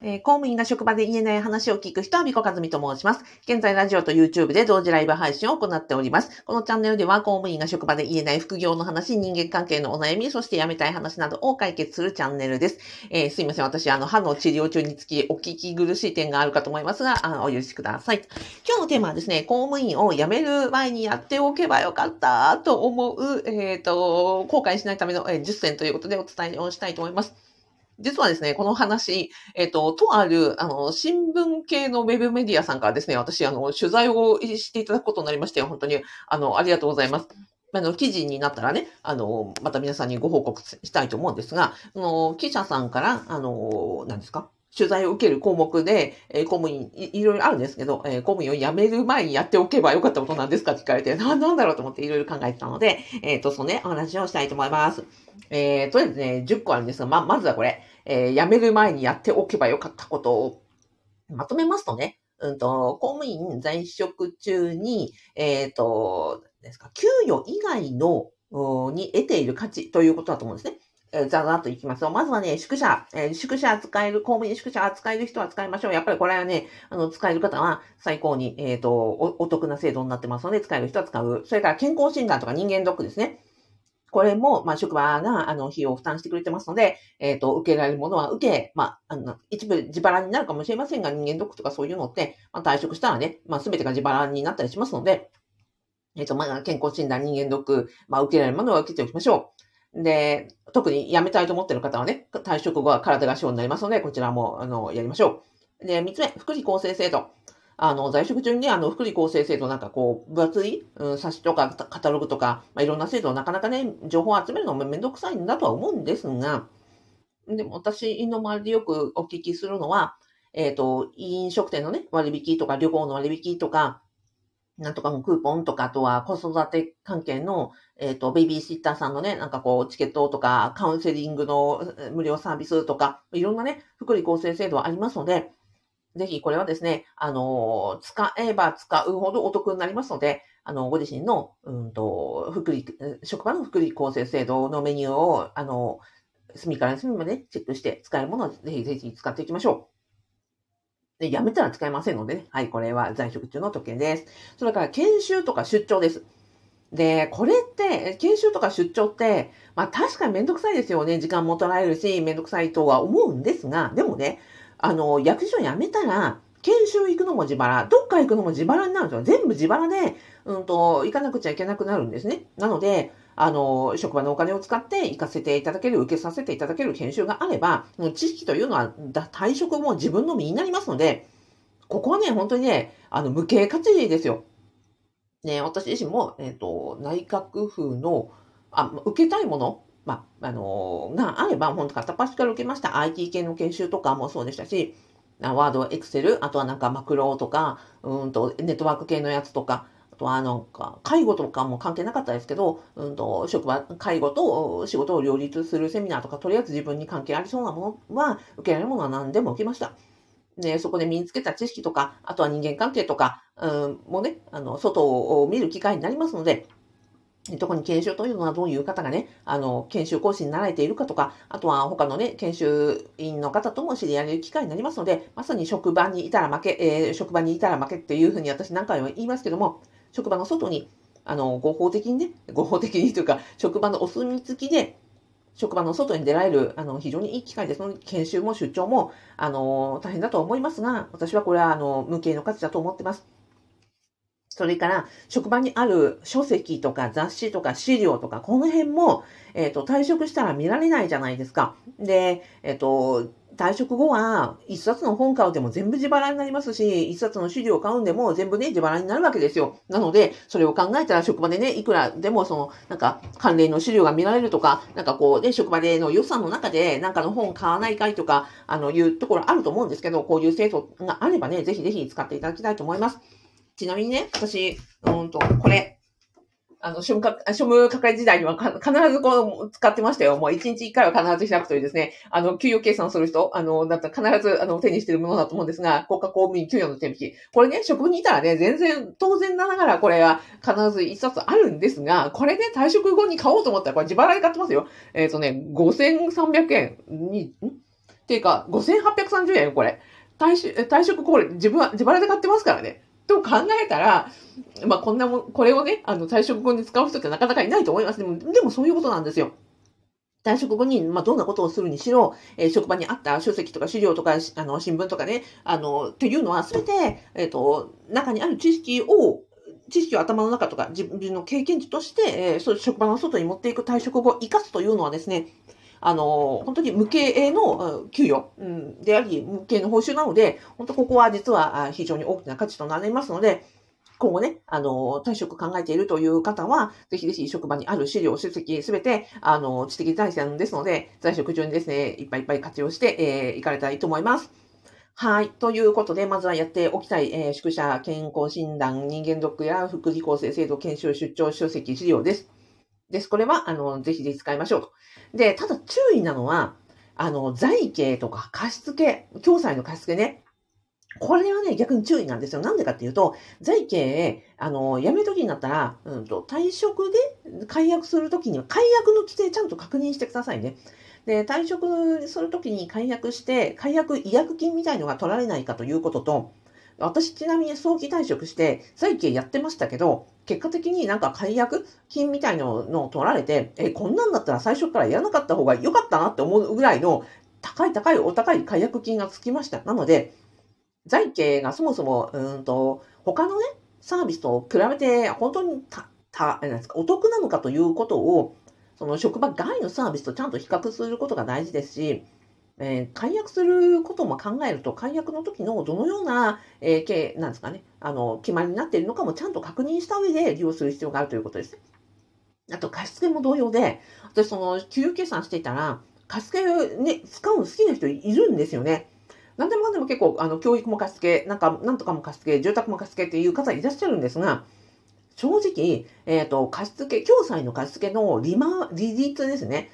公務員が職場で言えない話を聞く人は、みこかずみと申します。現在、ラジオと YouTube で同時ライブ配信を行っております。このチャンネルでは、公務員が職場で言えない副業の話、人間関係のお悩み、そして辞めたい話などを解決するチャンネルです。すいません。私、歯の治療中につき、お聞き苦しい点があるかと思いますが、お許しください。今日のテーマはですね、公務員を辞める前にやっておけばよかったと思う、後悔しないための10選ということでお伝えをしたいと思います。実はですね、この話、とある、新聞系のウェブメディアさんからですね、私、取材をしていただくことになりまして、本当に、ありがとうございます。記事になったらね、また皆さんにご報告したいと思うんですが、記者さんから、何ですか取材を受ける項目で、公務員いろいろあるんですけど、公務員を辞める前にやっておけばよかったことなんですかって聞かれて、なんだろうと思っていろいろ考えてたので、そのね、お話をしたいと思います。とりあえずね、10個あるんですが、まずはこれ、辞める前にやっておけばよかったことをまとめますとね、公務員在職中に、ですか、給与以外の、に得ている価値ということだと思うんですね。ざざっといきますと、まずはね、宿舎使える、公務員宿舎扱える人は使いましょう。やっぱりこれはね、使える方は最高に、お得な制度になってますので、使える人は使う。それから健康診断とか人間ドックですね。これも、職場が、費用を負担してくれてますので、受けられるものは受け、一部自腹になるかもしれませんが、人間ドックとかそういうのって、退職したらね、すべてが自腹になったりしますので、健康診断、人間ドック、受けられるものは受けておきましょう。で、特に辞めたいと思っている方はね、退職後は体が資本になりますので、こちらも、やりましょう。で、3つ目、福利厚生制度。在職中にね、福利厚生制度なんか分厚い、冊子とかカタログとか、いろんな制度をなかなかね、情報を集めるのもめんどくさいんだとは思うんですが、でも私の周りでよくお聞きするのは、飲食店のね、割引とか旅行の割引とか、なんとかのクーポンとか、あとは子育て関係の、ベイビーシッターさんのね、チケットとか、カウンセリングの無料サービスとか、いろんなね、福利厚生制度はありますので、ぜひこれはですね、使えば使うほどお得になりますので、ご自身の、職場の福利厚生制度のメニューを、隅から隅までチェックして使えるものをぜひぜひ使っていきましょう。で、やめたら使えませんのでね。はい、これは在職中の特権です。それから研修とか出張です。で、これって、研修とか出張って、確かにめんどくさいですよね。時間も取られるし、めんどくさいとは思うんですが、でもね、役所辞めたら、研修行くのも自腹、どっか行くのも自腹になるんですよ。全部自腹で、行かなくちゃいけなくなるんですね。なので、職場のお金を使って行かせていただける、受けさせていただける研修があれば、知識というのは退職も自分の身になりますので、ここはね、本当にね、無形価値ですよ。ね、私自身も、内閣府の、受けたいもの、があれば、本当片っ端から受けました。IT 系の研修とかもそうでしたし、ワード、エクセル、あとはマクロとか、ネットワーク系のやつとか、あとは介護とかも関係なかったですけど、職場、介護と仕事を両立するセミナーとか、とりあえず自分に関係ありそうなものは、受けられるものは何でも受けました。で、そこで身につけた知識とか、あとは人間関係とか、もね、外を見る機会になりますので、特に研修というのはどういう方がね、研修講師になられているかとか、あとは他のね、研修員の方とも知り合える機会になりますので、まさに職場にいたら負け、職場にいたら負けっていうふうに私何回も言いますけども、職場の外に、合法的にというか、職場のお墨付きで、職場の外に出られる、非常にいい機会ですので、研修も出張も、大変だと思いますが、私はこれは、無形の価値だと思ってます。それから、職場にある書籍とか雑誌とか資料とか、この辺も、退職したら見られないじゃないですか。で、退職後は、一冊の本買うでも全部自腹になりますし、一冊の資料買うんでも全部ね、自腹になるわけですよ。なので、それを考えたら職場でね、いくらでも関連の資料が見られるとか、職場での予算の中で、の本買わないかいとか、いうところあると思うんですけど、こういう制度があればね、ぜひぜひ使っていただきたいと思います。ちなみにね、私、これ、庶務係時代には必ず使ってましたよ。もう1日1回は必ず開くというですね、給与計算する人、だったら必ず手にしているものだと思うんですが、国家公務員給与の手引き。これね、職場にいたらね、全然、当然ながらこれは必ず1冊あるんですが、これね、退職後に買おうと思ったらこれ自腹で買ってますよ。5300円に、 ていうか、5830円よ、これ。退職これ、自腹で買ってますからね。と考えたら、まあ、こんなもん、これをね、退職後に使う人ってなかなかいないと思います。でもそういうことなんですよ。退職後に、まあ、どんなことをするにしろ、職場にあった書籍とか資料とか、新聞とかね、っていうのは、すべて、中にある知識を頭の中とか自分の経験値として、そう職場の外に持っていく退職後を生かすというのはですね、本当に無形の給与、であり、無形の報酬なので、本当ここは実は非常に大きな価値となりますので、今後ね、退職考えているという方は、ぜひぜひ職場にある資料、書籍、すべて、知的財産ですので、在職中にですね、いっぱいいっぱい活用して、いかれたらいいと思います。はい。ということで、まずはやっておきたい、宿舎、健康診断、人間ドックや福利厚生制度研修出張書籍資料です。これは、ぜひぜひ使いましょうと。で、ただ注意なのは、財形とか貸付、共済の貸付ね。これはね、逆に注意なんですよ。なんでかっていうと、財形、辞めるときになったら、退職で解約するときには、解約の規定ちゃんと確認してくださいね。で、退職するときに解約して、解約違約金みたいのが取られないかということと、私ちなみに早期退職して、財形やってましたけど、結果的になんか解約金みたいのを取られて、こんなんだったら最初からやらなかった方が良かったなって思うぐらいのお高い解約金がつきました。なので、財形がそもそも、他のね、サービスと比べて、本当にお得なのかということを、その職場外のサービスとちゃんと比較することが大事ですし、解約することも考えると、解約の時のどのような、なんですかね、決まりになっているのかもちゃんと確認した上で利用する必要があるということです。あと、貸付も同様で、私、給与計算していたら、貸付ね、使うの好きな人いるんですよね。何でもかんでも結構、教育も貸付、なんとかも貸付、住宅も貸付っていう方いらっしゃるんですが、正直、貸付、共済の貸付の利率ですね。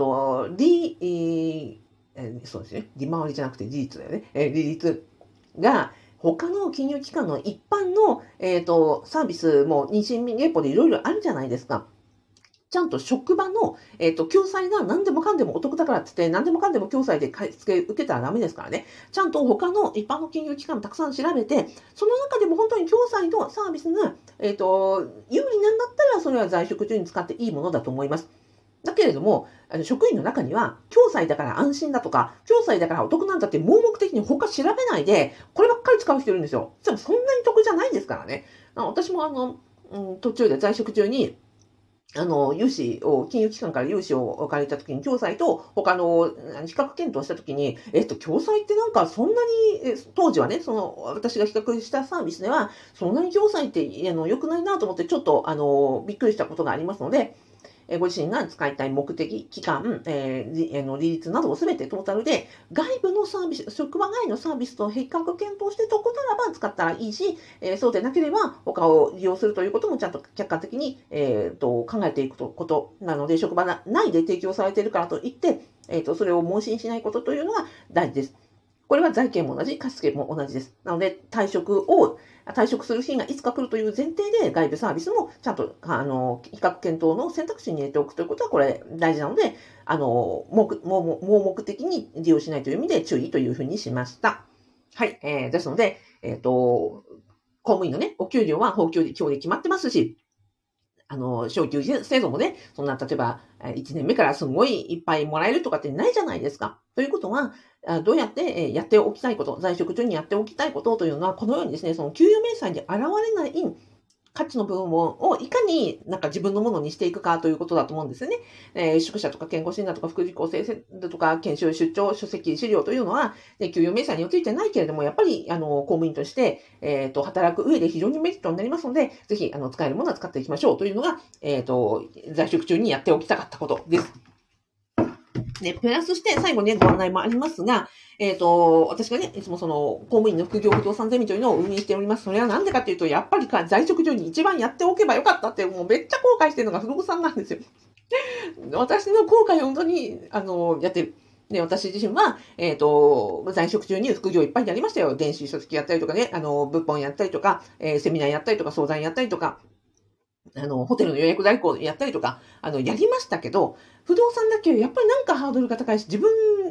そうですね。利回りじゃなくて利率だよね。利率が、他の金融機関の一般の、サービスも日清月歩でいろいろあるじゃないですか。ちゃんと職場の、共済が何でもかんでもお得だからって言って、何でもかんでも共済で買い付け受けたらダメですからね。ちゃんと他の一般の金融機関たくさん調べて、その中でも本当に共済のサービスが、有利なんだったら、それは在職中に使っていいものだと思います。だけれども、職員の中には、共済だから安心だとか、共済だからお得なんだって盲目的に他調べないで、こればっかり使う人いるんですよ。でもそんなに得じゃないですからね。私も途中で在職中に、金融機関から融資を借りたときに、共済と他の比較検討したときに、共済ってなんかそんなに、当時はね、私が比較したサービスでは、そんなに共済って良くないなと思って、ちょっと、びっくりしたことがありますので、ご自身が使いたい目的、期間、利率などをすべてトータルで、外部のサービス、職場外のサービスと比較検討して得ならば使ったらいいし、そうでなければ他を利用するということもちゃんと客観的に、考えていくことなので、職場内で提供されているからといって、それを盲信しないことというのが大事です。これは財形も同じ、貸付も同じです。なので、退職する日がいつか来るという前提で外部サービスもちゃんと、比較検討の選択肢に入れておくということは、これ大事なので、盲目的に利用しないという意味で注意というふうにしました。はい。ですので、公務員のね、お給料は法給で決まってますし、昇給制度もね、そんな、例えば、1年目からすごいいっぱいもらえるとかってないじゃないですか。ということは、どうやってやっておきたいこと、在職中にやっておきたいことというのは、このようにですね、その給与明細に現れない価値の部分をいかになんか自分のものにしていくかということだと思うんですよね。宿舎とか健康診断とか福利厚生制度とか研修出張書籍資料というのは、給与明細にはついてないけれども、やっぱり公務員として、働く上で非常にメリットになりますので、ぜひ使えるものは使っていきましょうというのが、在職中にやっておきたかったことです。で、プラスして、最後ね、ご案内もありますが、私がね、いつも公務員の副業不動産ゼミというのを運営しております。それはなんでかっていうと、やっぱり在職中に一番やっておけばよかったって、もうめっちゃ後悔してるのが不動産なんですよ。私の後悔を本当に、やってる。で、私自身は、在職中に副業いっぱいやりましたよ。電子書籍やったりとかね、物販やったりとか、セミナーやったりとか、相談やったりとか、ホテルの予約代行やったりとか、やりましたけど、不動産だけはやっぱりなんかハードルが高いし、自分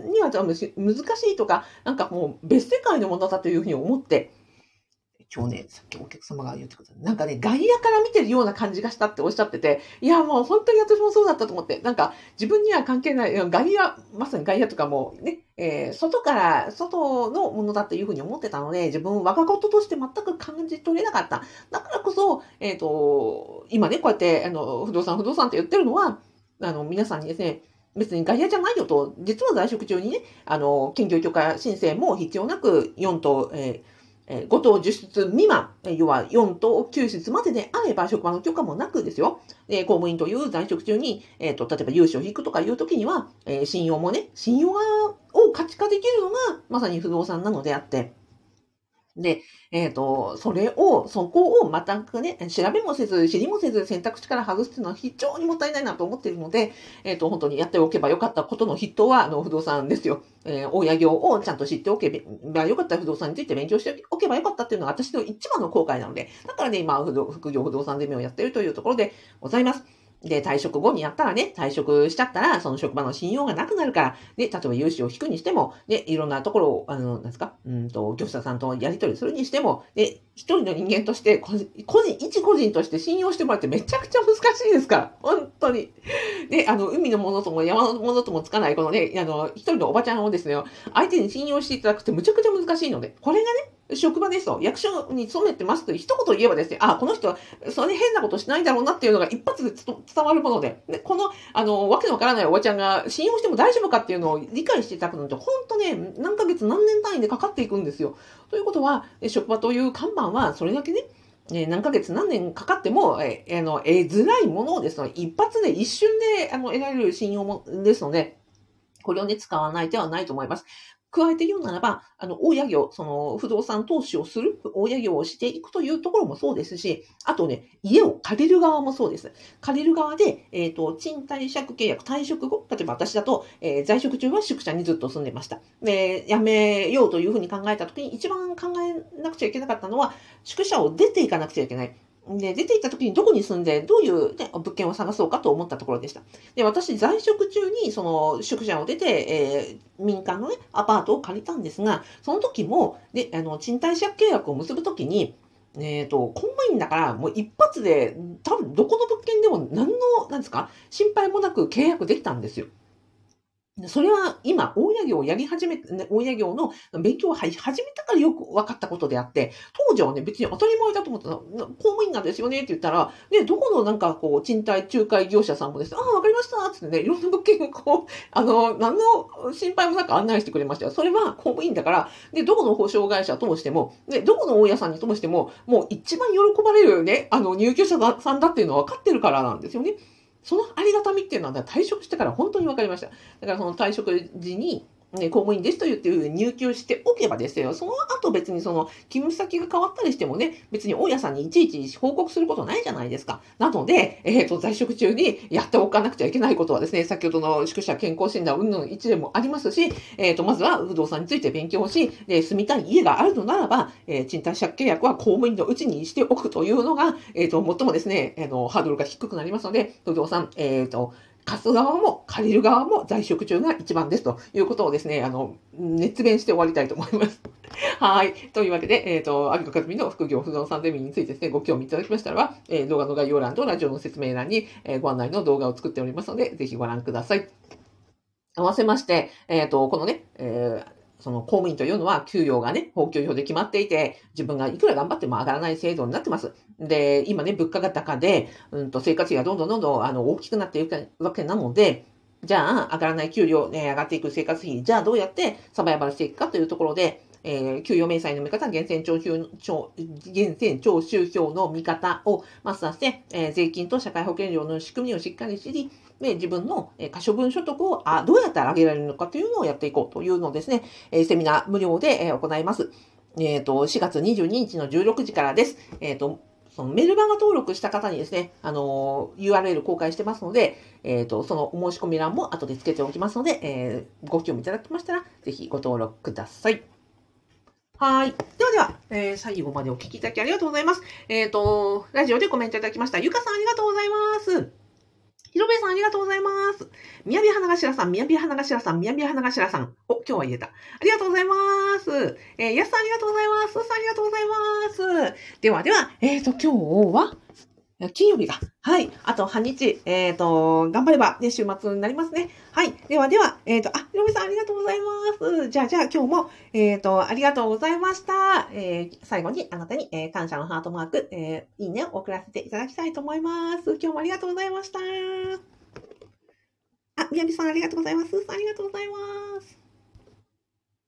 には難しいとか、なんかもう別世界のものだというふうに思って、今日ね、さっきお客様が言ってくれた。なんかね、外野から見てるような感じがしたっておっしゃってて、いや、もう本当に私もそうだったと思って、なんか自分には関係ない、外野、まさに外野とかもね、外のものだというふうに思ってたので、自分、我が事として全く感じ取れなかった。だからこそ、今ね、こうやって、不動産って言ってるのは、皆さんにですね、別に外野じゃないよと、実は在職中にね、兼業許可申請も必要なく、4と、5等10室未満、要は4等9室までであれば、職場の許可もなくですよ。公務員という在職中に、例えば融資を引くとかいうときには、信用を価値化できるのが、まさに不動産なのであって、で、そこを全くね、調べもせず、知りもせず選択肢から外すっていうのは非常にもったいないなと思っているので、本当にやっておけばよかったことの筆頭は、不動産ですよ。大家業をちゃんと知っておけばよかった、不動産について勉強しておけばよかったっていうのが私の一番の後悔なので、だからね、今、副業不動産ゼミをやっているというところでございます。で、退職後にやったらね、退職しちゃったら、その職場の信用がなくなるから、で、例えば融資を引くにしても、で、いろんなところを、なんですか、業者さんとやり取りするにしても、で、一人の人間として、一個人として信用してもらってめちゃくちゃ難しいですから、本当に。で、海のものとも山のものともつかない、このね、一人のおばちゃんをですね、相手に信用していただくってむちゃくちゃ難しいので、これがね、職場ですと、役所に勤めてますと一言言えばですね、この人はそれ変なことしないだろうなっていうのが一発で伝わるもので、この、わけのわからないおばちゃんが信用しても大丈夫かっていうのを理解していただくのって、ほんとね、何ヶ月何年単位でかかっていくんですよ。ということは、職場という看板はそれだけね、何ヶ月何年かかっても、得づらいものですので、一発で一瞬で、得られる信用もですので、これをね、使わない手はないと思います。加えて言うならば、大家業、その不動産投資をする、大家業をしていくというところもそうですし、あとね、家を借りる側もそうです。借りる側で、賃貸借契約、退職後、例えば私だと、在職中は宿舎にずっと住んでました。で、辞めようというふうに考えたときに、一番考えなくちゃいけなかったのは、宿舎を出ていかなくちゃいけない。で、出て行った時にどこに住んで、どういう、ね、物件を探そうかと思ったところでした。で、私、在職中に、その、宿舎を出て、民間のね、アパートを借りたんですが、その時も、で、賃貸借契約を結ぶ時に、公務員だから、もう一発で、多分、どこの物件でも何の、なんですか、心配もなく契約できたんですよ。それは今、大家業をやり始め、大家業の勉強を始めたからよく分かったことであって、当時はね、別に当たり前だと思ったの。公務員なんですよねって言ったら、ね、どこのなんかこう、賃貸仲介業者さんもですね、わかりましたってね、いろんな物件をこう、何の心配もなく案内してくれましたよ。それは公務員だから、で、どこの保証会社ともしても、で、どこの大家さんにともしても、もう一番喜ばれるね、入居者さんだっていうのは分かってるからなんですよね。そのありがたみっていうのは退職してから本当に分かりました。だからその退職時に、ね、公務員ですと言って入居しておけばですよ、その後別にその勤務先が変わったりしてもね、別に大家さんにいちいち報告することないじゃないですか。なので、在職中にやっておかなくちゃいけないことはですね、先ほどの宿舎健康診断云々一例もありますし、まずは不動産について勉強し、で、住みたい家があるのならば、賃貸借契約は公務員のうちにしておくというのが、最もですね、ハードルが低くなりますので、不動産、貸す側も借りる側も在職中が一番ですということをですね、熱弁して終わりたいと思います。はい。というわけで、アビコカズミの副業不動産ゼミについてですね、ご興味いただきましたらば、動画の概要欄とラジオの説明欄に、ご案内の動画を作っておりますので、ぜひご覧ください。合わせまして、このね、その公務員というのは給与がね、法給与で決まっていて、自分がいくら頑張っても上がらない制度になってます。で、今ね、物価が高で、生活費がどんどん大きくなっていくわけなので、じゃあ、上がらない給料、上がっていく生活費、じゃあどうやってサバイバルしていくかというところで、給与明細の見方、源泉徴収票の見方をマスターして、税金と社会保険料の仕組みをしっかり知り、自分の可処分所得をどうやったら上げられるのかというのをやっていこうというのをですね、セミナー無料で行います。4月22日の16時からです。そのメルマガ登録した方にですね、URL 公開してますので、そのお申し込み欄も後でつけておきますので、ご興味いただきましたら、ぜひご登録ください。はい。では、最後までお聞きいただきありがとうございます。ラジオでコメントいただきました。ゆかさんありがとうございます。 ひろべさんありがとうございます。みやび花頭さん、みやび花頭さん、みやび花頭さん。お、今日は言えた。ありがとうございます。やすさんありがとうございます。すーさんありがとうございます。では、今日は、金曜日が。はい。あと半日、頑張れば、ね、週末になりますね。はい。では、ひろべさんありがとうございます。じゃあ今日も、ありがとうございました。最後にあなたに、感謝のハートマーク、いいねを送らせていただきたいと思います。今日もありがとうございました。みやびさんありがとうございます。すーさんありがとうございます。